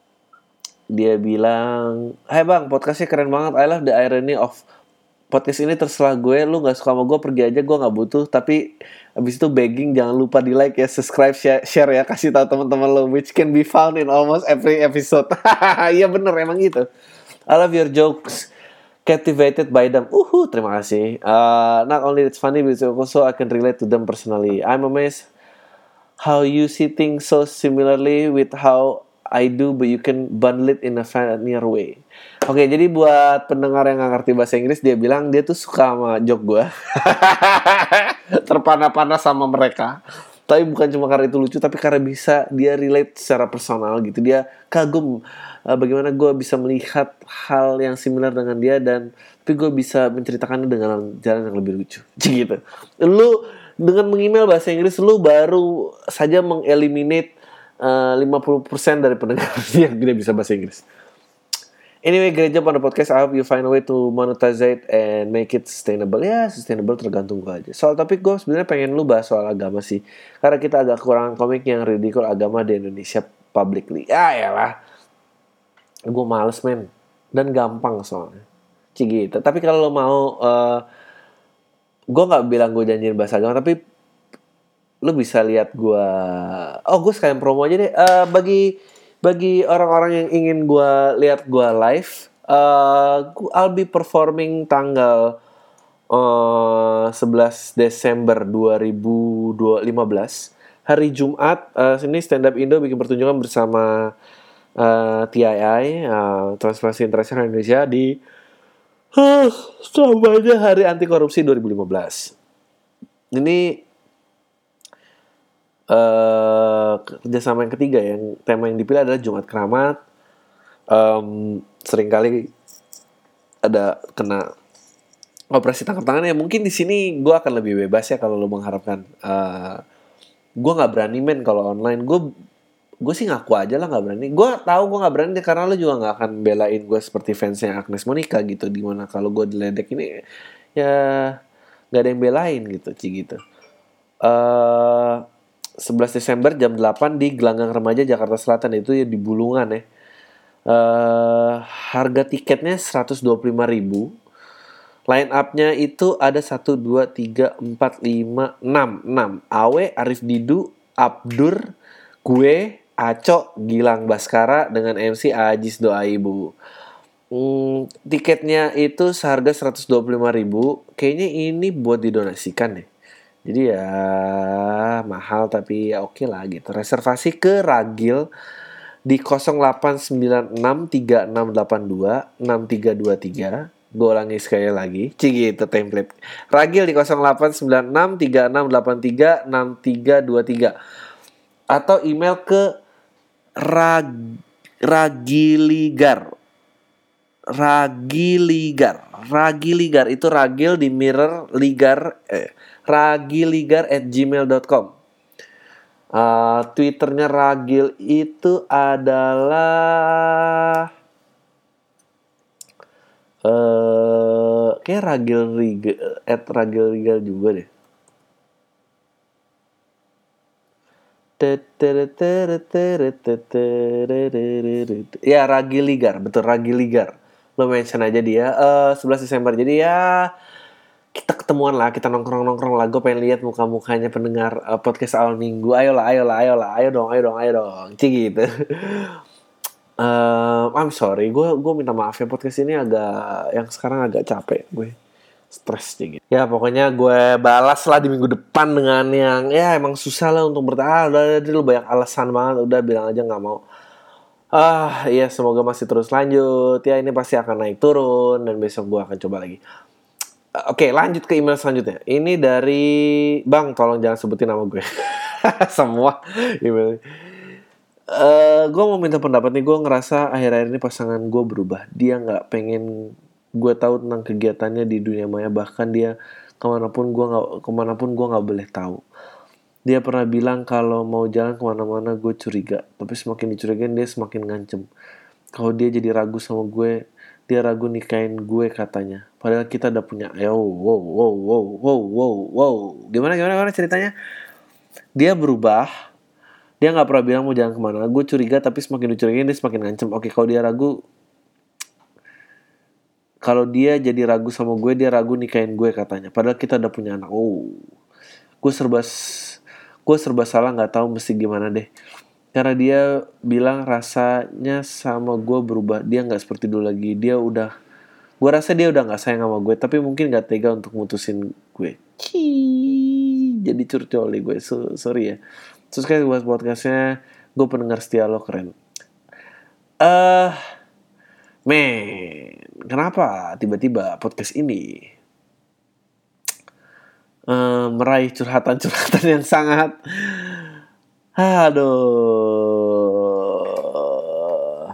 Dia bilang, hai bang, podcastnya keren banget. I love the irony of podcast ini. Terserah gue, lu gak suka sama gue pergi aja, gue gak butuh. Tapi abis itu begging, jangan lupa di like ya, subscribe, share, share ya. Kasih tahu teman-teman lo, which can be found in almost every episode. Iya bener, emang gitu. I love your jokes, captivated by them. Uhu, terima kasih. Uh, not only it's funny, but also I can relate to them personally. I'm amazed how you see things so similarly with how I do, but you can bundle it in a funnier way. Oke, okay, jadi buat pendengar yang gak ngerti bahasa Inggris, dia bilang dia tuh suka sama joke gue. Terpana-pana sama mereka. Tapi bukan cuma karena itu lucu, tapi karena bisa dia relate secara personal gitu. Dia kagum uh, bagaimana gue bisa melihat hal yang similar dengan dia, dan tapi gue bisa menceritakannya dengan jalan yang lebih lucu. Gitu. Lu dengan mengemail bahasa Inggris, lu baru saja mengeliminate Uh, lima puluh persen dari pendengar yang tidak bisa bahasa Inggris. Anyway, great job on the podcast. I hope you find a way to monetize it and make it sustainable. Ya, sustainable tergantung gue aja. Soal topik gue sebenarnya pengen lu bahas soal agama sih. Karena kita agak kekurangan komik yang ridicule agama di Indonesia publicly. Ya elah. Gue males men. Dan gampang soalnya. Cik gitu. Tapi kalau lo mau, uh, gue gak bilang gue janjiin bahas agama, tapi lu bisa lihat gue, oh gue sekalian promo aja deh, uh, bagi bagi orang-orang yang ingin gue lihat gue live, uh, I'll be performing tanggal uh, sebelas Desember dua ribu lima belas, hari Jumat. Uh, sini Stand Up Indo bikin pertunjukan bersama uh, T I I, uh, Transparency International Indonesia di uh, samanya Hari Anti Korupsi dua ribu lima belas. Ini Uh, kerjasama yang ketiga, yang tema yang dipilih adalah Jumat Keramat. Um, seringkali ada kena operasi tangkap tangan ya. Mungkin di sini gue akan lebih bebas ya kalau lo mengharapkan. Uh, gue nggak berani men kalau online. Gue gue sih ngaku aja lah nggak berani. Gue tahu gue nggak berani karena lo juga nggak akan belain gue seperti fansnya Agnes Monica gitu. Dimana kalau gue diledek ini ya nggak ada yang belain gitu, cik gitu. Uh, sebelas Desember jam delapan di Gelanggang Remaja Jakarta Selatan, itu ya di Bulungan ya. Uh, harga tiketnya seratus dua puluh lima ribu. Line up-nya itu ada satu, dua, tiga, empat, lima, enam. enam. Awe, Arif Didu, Abdur, gue, Aco, Gilang Baskara dengan M C Ajis Doa Ibu. Hmm, tiketnya itu seharga seratus dua puluh lima ribu. Kayaknya ini buat didonasikan deh. Jadi ya mahal tapi ya oke lah gitu. Reservasi ke Ragil di nol delapan sembilan enam tiga enam delapan dua enam tiga dua tiga. Gue ulangi sekali lagi. Cik gitu template. Ragil di nol delapan sembilan enam tiga enam delapan tiga enam tiga dua tiga. Atau email ke Rag Ragiligar. Ragiligar. Ragiligar itu ragil di mirror ligar eh, ragiligar at gmail dot com. Uh, Twitternya Ragil itu adalah uh, kayak Ragil Riga, at Ragil Riga juga deh. Ya, Ragiligar, betul, Ragiligar. Lo mention aja dia uh, sebelas Desember. Jadi ya kita ketemuan lah, kita nongkrong-nongkrong lah. Gue pengen lihat muka-mukanya pendengar uh, podcast awal minggu. Ayolah, ayolah, ayolah, ayo dong, ayo dong, ayo dong, cik gitu. uh, I'm sorry, gue gue minta maaf ya, podcast ini agak, yang sekarang agak capek gue, stres gitu. Ya pokoknya gue balas lah di minggu depan dengan yang ya emang susah lah untuk bertahan. Ah, udah, udah, lu banyak alasan banget, udah bilang aja nggak mau. Ah, iya, semoga masih terus lanjut. Ya ini pasti akan naik turun dan besok gue akan coba lagi. Oke, lanjut ke email selanjutnya. Ini dari Bang, tolong jangan sebutin nama gue. Semua email. Uh, gue mau minta pendapat nih. Gue ngerasa akhir-akhir ini pasangan gue berubah. Dia nggak pengen gue tahu tentang kegiatannya di dunia maya. Bahkan dia kemanapun gue nggak kemanapun gue nggak boleh tahu. Dia pernah bilang kalau mau jalan kemana-mana gue curiga. Tapi semakin dicurigain dia semakin ngancem. Kalau dia jadi ragu sama gue, dia ragu nikahin gue katanya. Padahal kita udah punya. Yo, wow, wow, wow, wow, wow, wow. Gimana, gimana, gimana ceritanya? Dia berubah. Dia nggak pernah bilang mau jalan kemana. Gue curiga, tapi semakin dicurigain dia semakin ngancem. Oke, kalau dia ragu, kalau dia jadi ragu sama gue, dia ragu nikahin gue katanya. Padahal kita udah punya anak. Oh, gue serba, gue serba salah, nggak tahu mesti gimana deh. Karena dia bilang rasanya sama gue berubah. Dia gak seperti dulu lagi. Dia udah, gue rasa dia udah gak sayang sama gue. Tapi mungkin gak tega untuk mutusin gue. Cii, jadi curcoli gue. So, sorry ya. Terus kayak buat podcastnya, gue pendengar setia lo, keren. Eh uh, Men, kenapa tiba-tiba podcast ini uh, meraih curhatan-curhatan yang sangat, aduh,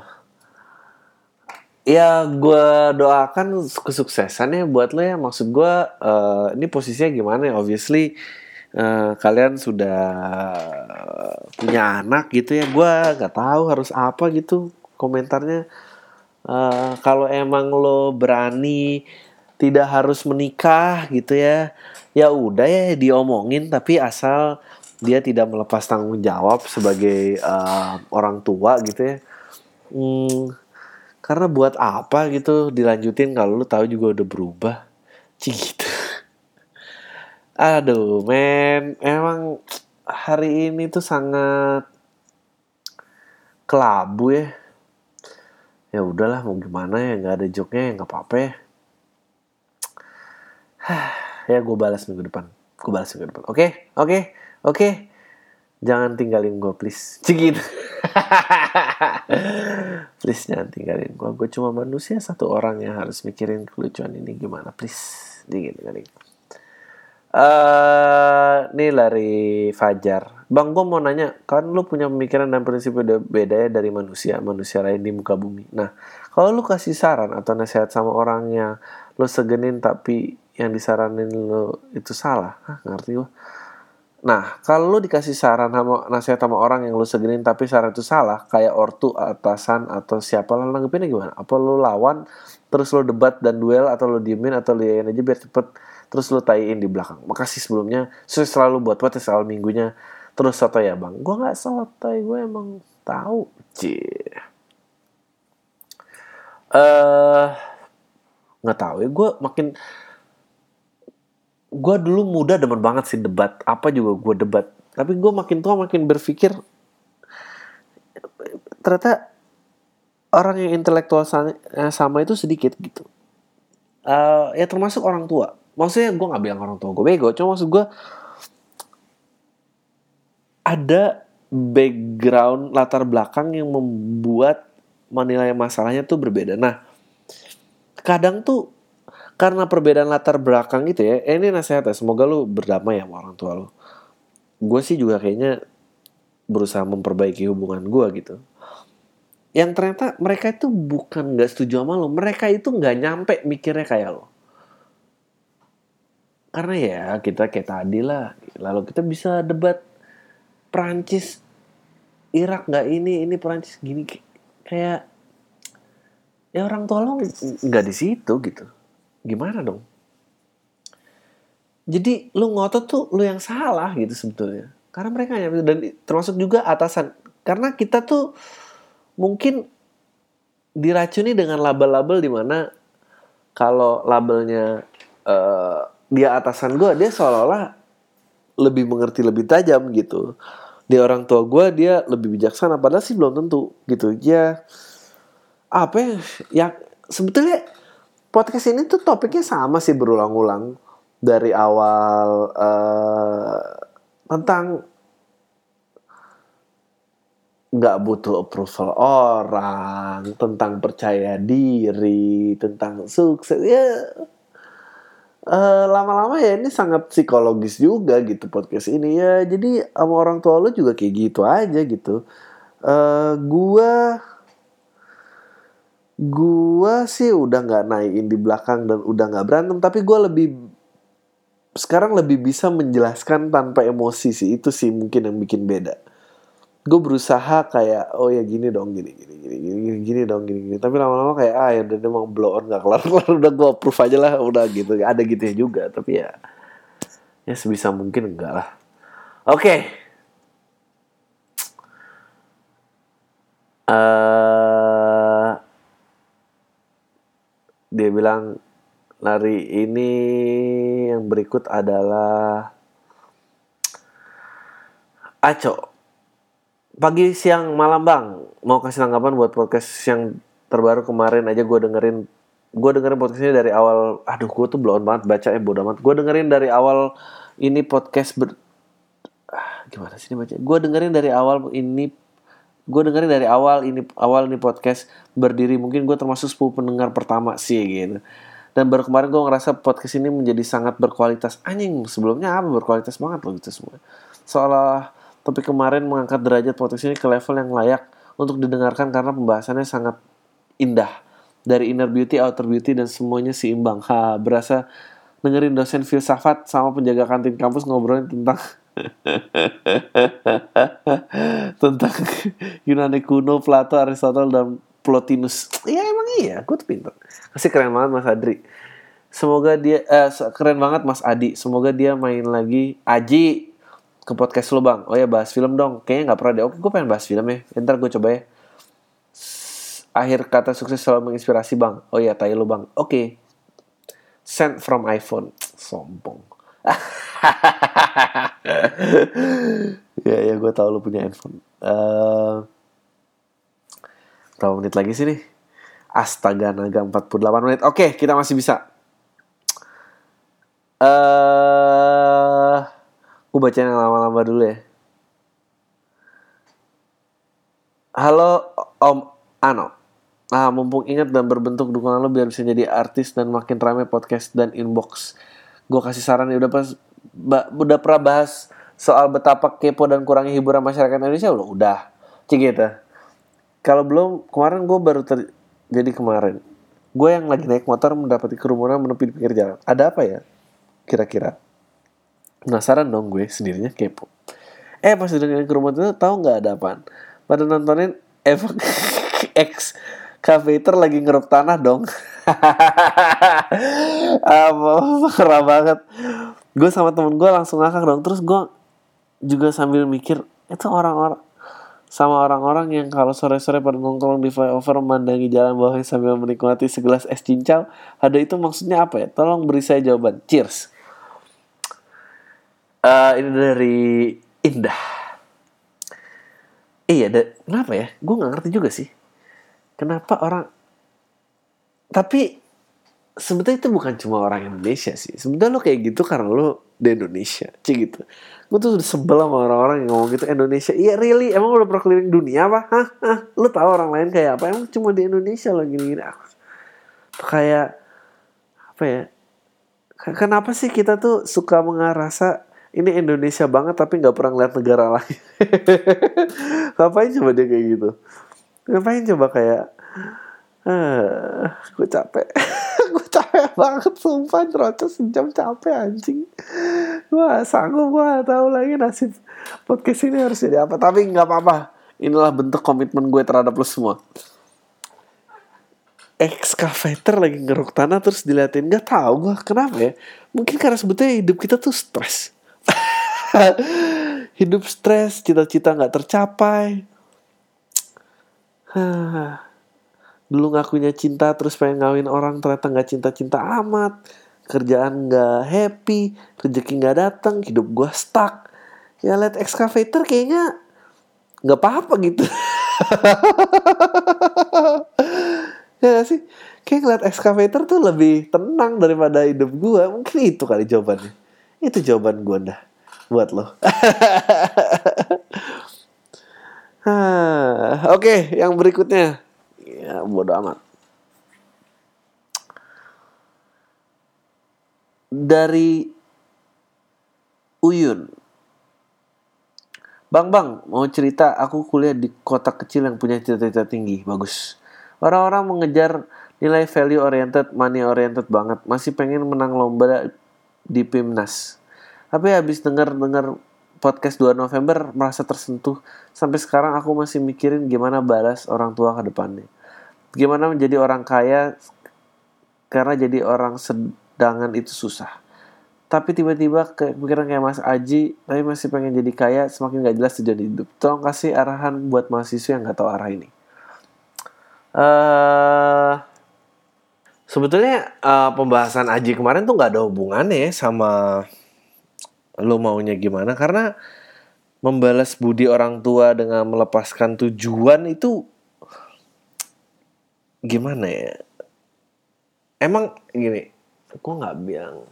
ya gue doakan kesuksesannya buat lo ya. Maksud gue uh, ini posisinya gimana ya. Obviously uh, kalian sudah punya anak gitu ya. Gue gak tahu harus apa gitu komentarnya. uh, Kalau emang lo berani tidak harus menikah gitu ya, ya udah ya diomongin. Tapi asal dia tidak melepas tanggung jawab sebagai uh, orang tua gitu ya. Hmm, karena buat apa gitu dilanjutin kalau lu tahu juga udah berubah, cik gitu. Aduh, men, emang hari ini tuh sangat kelabu ya. Ya udahlah, mau gimana ya, nggak ada joke-nya ya nggak apa-apa ya. Ya gue balas minggu depan. Gue balas minggu depan. Oke, okay? oke, okay? oke. Okay. Jangan tinggalin gue, please. Cik gitu. Please jangan tinggalin gue. Gue cuma manusia satu orang yang harus mikirin kelucuan ini gimana. Please. Dingin kali. Uh, ini dari Fajar. Bang, gue mau nanya. Kan lu punya pemikiran dan prinsip beda ya dari manusia. Manusia lain di muka bumi. Nah, kalau lu kasih saran atau nasihat sama orang yang lu segenin tapi yang disaranin lu itu salah. Hah, ngerti gue. Nah, kalau lu dikasih saran sama nasihat sama orang yang lu segenin tapi saran itu salah, kayak ortu, atasan, atau siapa lah, nanggepinnya gimana? Apa lu lawan, terus lu debat dan duel, atau lu diemin, atau lu yain aja biar cepet, terus lu taiin di belakang? Makasih sebelumnya, sukses selalu buat podcast awal minggunya. Terus sotoy ya bang? Gue gak sotoy, gue emang tahu. Cie. Uh, gak tahu ya, gue makin... Gue dulu muda demen banget sih debat. Apa juga gue debat. Tapi gue makin tua makin berpikir ternyata orang yang intelektual sama itu sedikit gitu. Uh, ya termasuk orang tua. Maksudnya gue gak bilang orang tua gue bego. Cuma maksud gue ada background latar belakang yang membuat menilai masalahnya tuh berbeda. Nah, kadang tuh karena perbedaan latar belakang gitu ya, eh, ini nasihat ya, semoga lu berdamai sama orang tua lu. Gue sih juga kayaknya berusaha memperbaiki hubungan gue gitu. yang ternyata mereka itu bukan nggak setuju sama lo, mereka itu nggak nyampe mikirnya kayak lo. Karena ya kita kayak tadi lah, lalu kita bisa debat Perancis, Irak nggak ini, ini Perancis gini, kayak ya orang tua lo nggak di situ gitu, gimana dong? Jadi lu ngotot tuh lu yang salah gitu sebetulnya, karena mereka hanya, dan termasuk juga atasan, karena kita tuh mungkin diracuni dengan label-label di mana kalau labelnya uh, dia atasan gue, dia seolah-olah lebih mengerti, lebih tajam gitu. Dia orang tua gue, dia lebih bijaksana, padahal sih belum tentu gitu. Ya apa ya, ya sebetulnya podcast ini tuh topiknya sama sih, berulang-ulang dari awal uh, tentang nggak butuh approval orang, tentang percaya diri, tentang sukses. Ya uh, lama-lama ya ini sangat psikologis juga gitu podcast ini ya. Jadi sama orang tua lo juga kayak gitu aja gitu. Uh, gua gua sih udah nggak naikin di belakang dan udah nggak berantem, tapi gua lebih sekarang lebih bisa menjelaskan tanpa emosi sih. Itu sih mungkin yang bikin beda. Gue berusaha kayak oh ya gini dong, gini gini gini gini gini dong, gini gini, tapi lama-lama kayak ah ya udah emang blow on nggak kelar kelar, udah gue approve aja lah, udah gitu. Ada gitu ya juga, tapi ya ya sebisa mungkin enggak lah. Oke, okay. uh, dia bilang hari ini yang berikut adalah Aco. Pagi, siang, malam bang, mau kasih tanggapan buat podcast yang terbaru kemarin aja gue dengerin. Gue dengerin podcastnya dari awal. Aduh, gue tuh belum banget baca ya, bodo amat. Gue dengerin dari awal ini podcast ber... Ah, gimana sih ini baca? Gue dengerin dari awal ini. Gue dengerin dari awal ini awal ini podcast berdiri. Mungkin gue termasuk sepuluh pendengar pertama sih gitu. Dan baru kemarin gue ngerasa podcast ini menjadi sangat berkualitas. Anjing, sebelumnya apa berkualitas banget loh gitu semua. Seolah topik kemarin mengangkat derajat podcast ini ke level yang layak untuk didengarkan karena pembahasannya sangat indah. Dari inner beauty, outer beauty, dan semuanya seimbang. Ha, berasa dengerin dosen filsafat sama penjaga kantin kampus ngobrolin tentang tentang Yunani kuno, Plato, Aristotle, dan Plotinus. Iya emang iya, gue tuh pintar. Kasih keren banget Mas Adri. Semoga dia eh, keren banget Mas Adi. Semoga dia main lagi. Aji ke podcast lo bang. Oh ya bahas film dong. Kayaknya gak pernah deh. Oke gue pengen bahas film ya. Ntar gue coba ya. Akhir kata sukses selalu menginspirasi bang. Oh ya tai lo bang. Oke okay. Send from iPhone. Sombong. Ya ya gue tahu lo punya handphone. uh, Berapa menit lagi sih nih? Astaga naga empat puluh delapan menit. Oke okay, kita masih bisa. Eh uh, Gue bacain yang lama-lama dulu ya. Halo Om Ano. Nah, mumpung ingat dan berbentuk dukungan lo biar bisa jadi artis dan makin ramai podcast dan inbox. Gue kasih saran ya, udah pas ba, udah pernah bahas soal betapa kepo dan kurangnya hiburan masyarakat Indonesia lo udah. Cik gitu. Kalau belum, kemarin gue baru ter, jadi kemarin. Gue yang lagi naik motor mendapati kerumunan menepi di pinggir jalan. Ada apa ya? Kira-kira. Penasaran dong gue, sendirinya kepo. Eh pas dengerin kerumunan itu tahu nggak ada apaan? Pada nontonin Eva X Caveator lagi ngeruk tanah dong. Apa parah banget. Gue sama temen gue langsung ngakak dong. Terus gue juga sambil mikir itu orang-orang sama orang-orang yang kalau sore-sore pada nongkrong di flyover memandangi jalan bawahnya sambil menikmati segelas es cincau. Ada itu maksudnya apa ya? Tolong beri saya jawaban. Cheers. Uh, ini dari Indah. Iya, da- kenapa ya? Gue nggak ngerti juga sih. Kenapa orang? Tapi sebetulnya itu bukan cuma orang Indonesia sih. Sebetulnya lo kayak gitu karena lo di Indonesia, cik gitu. Gue tuh udah sebel sama orang-orang yang ngomong gitu Indonesia. Iya, really? Emang udah pernah keliling dunia apa? Hah? Hah? Lo tahu orang lain kayak apa? Emang cuma di Indonesia lo gini-gini. Kayak apa ya? Kenapa sih kita tuh suka mengerasa ini Indonesia banget tapi nggak pernah ngeliat negara lain? Ngapain coba dia kayak gitu? Ngapain coba kayak uh, gue capek. Gue capek banget sumpah, nyerocos sejam capek anjing. Wah sanggup, gue gak tahu lagi nasib podcast ini harus jadi apa. Tapi gak apa-apa, inilah bentuk komitmen gue terhadap lo semua. Excavator lagi ngeruk tanah terus diliatin, gak tahu gue kenapa ya. Mungkin karena sebetulnya hidup kita tuh stres. Hidup stres, cita-cita gak tercapai. Dulu ngakunya cinta terus pengen ngawin orang, ternyata gak cinta-cinta amat. Kerjaan gak happy, rezeki gak datang, hidup gue stuck. Ya liat excavator kayaknya gak apa-apa gitu. Ya gak sih? Kayak ngeliat excavator tuh lebih tenang daripada hidup gue. Mungkin itu kali jawabannya. Itu jawaban gue dah buat lo. Oke, okay, yang berikutnya. Ya bodo amat. Dari Uyun. Bang bang, mau cerita, aku kuliah di kota kecil yang punya cita-cita tinggi. Bagus. Orang-orang mengejar nilai value oriented, money oriented banget. Masih pengen menang lomba di Pimnas. Tapi habis dengar-dengar podcast dua November merasa tersentuh. Sampai sekarang aku masih mikirin gimana balas orang tua ke depannya. Gimana menjadi orang kaya, karena jadi orang sedangan itu susah. Tapi tiba-tiba kepikiran kayak Mas Aji, tapi masih pengen jadi kaya, semakin gak jelas tujuan hidup. Tolong kasih arahan buat mahasiswa yang gak tahu arah ini. Uh, sebetulnya uh, pembahasan Aji kemarin tuh gak ada hubungannya ya sama lo maunya gimana. Karena membalas budi orang tua dengan melepaskan tujuan itu gimana ya? Emang gini, gue gak bilang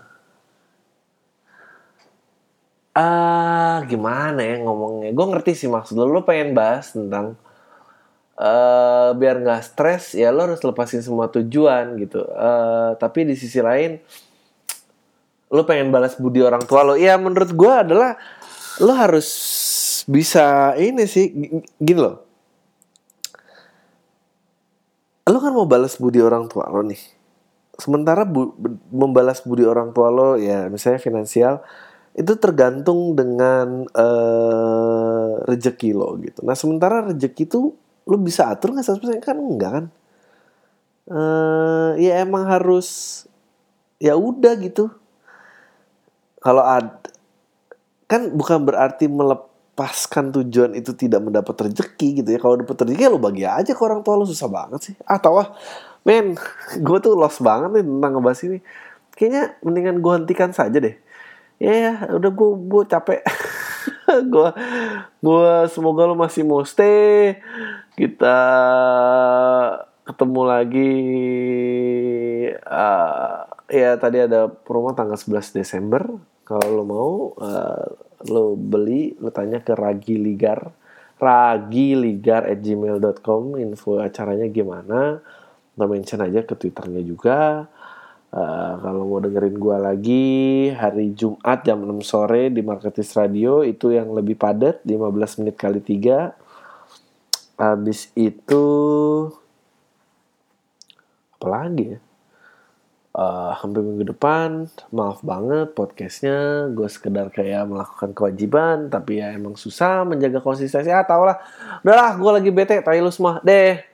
Ah, uh, gimana ya ngomongnya? Gue ngerti sih maksud lo. Lo pengen bahas tentang uh, biar nggak stres, ya lo harus lepasin semua tujuan gitu. Uh, tapi di sisi lain, lo pengen balas budi orang tua lo. Ya menurut gue adalah lo harus bisa ini sih, gini lo. Lo kan mau balas budi orang tua lo nih. Sementara bu, membalas budi orang tua lo, ya misalnya finansial, itu tergantung dengan uh, rezeki lo gitu. Nah sementara rezeki itu lo bisa atur nggak seratus persen? Kan enggak kan? Uh, ya emang harus ya udah gitu. Kalau ad kan bukan berarti melepaskan tujuan itu tidak mendapat rezeki gitu ya. Kalau dapat rezeki ya lo bagi aja ke orang tua lo, susah banget sih. Ah tau ah, men, gue tuh lost banget nih tentang ngebahas ini. Kayaknya mendingan gue hentikan saja deh. Ya, ya udah gue gue capek. gue gue semoga lo masih mau stay. Kita ketemu lagi. Uh, ya tadi ada promo tanggal sebelas Desember. Kalau lo mau, uh, lo beli, lo tanya ke Ragi Ligar, ragiligar at gmail dot com. Info acaranya gimana? Lo mention aja ke Twitternya juga. Uh, kalau mau dengerin gue lagi hari Jumat jam enam sore di Marketis Radio, itu yang lebih padat, lima belas menit kali tiga. Habis itu apa lagi ya? Uh, hampir minggu depan, maaf banget podcastnya, gue sekedar kayak melakukan kewajiban, tapi ya emang susah menjaga konsistensi. Ah tau lah, udahlah gue lagi bete, tai lu semua, deh.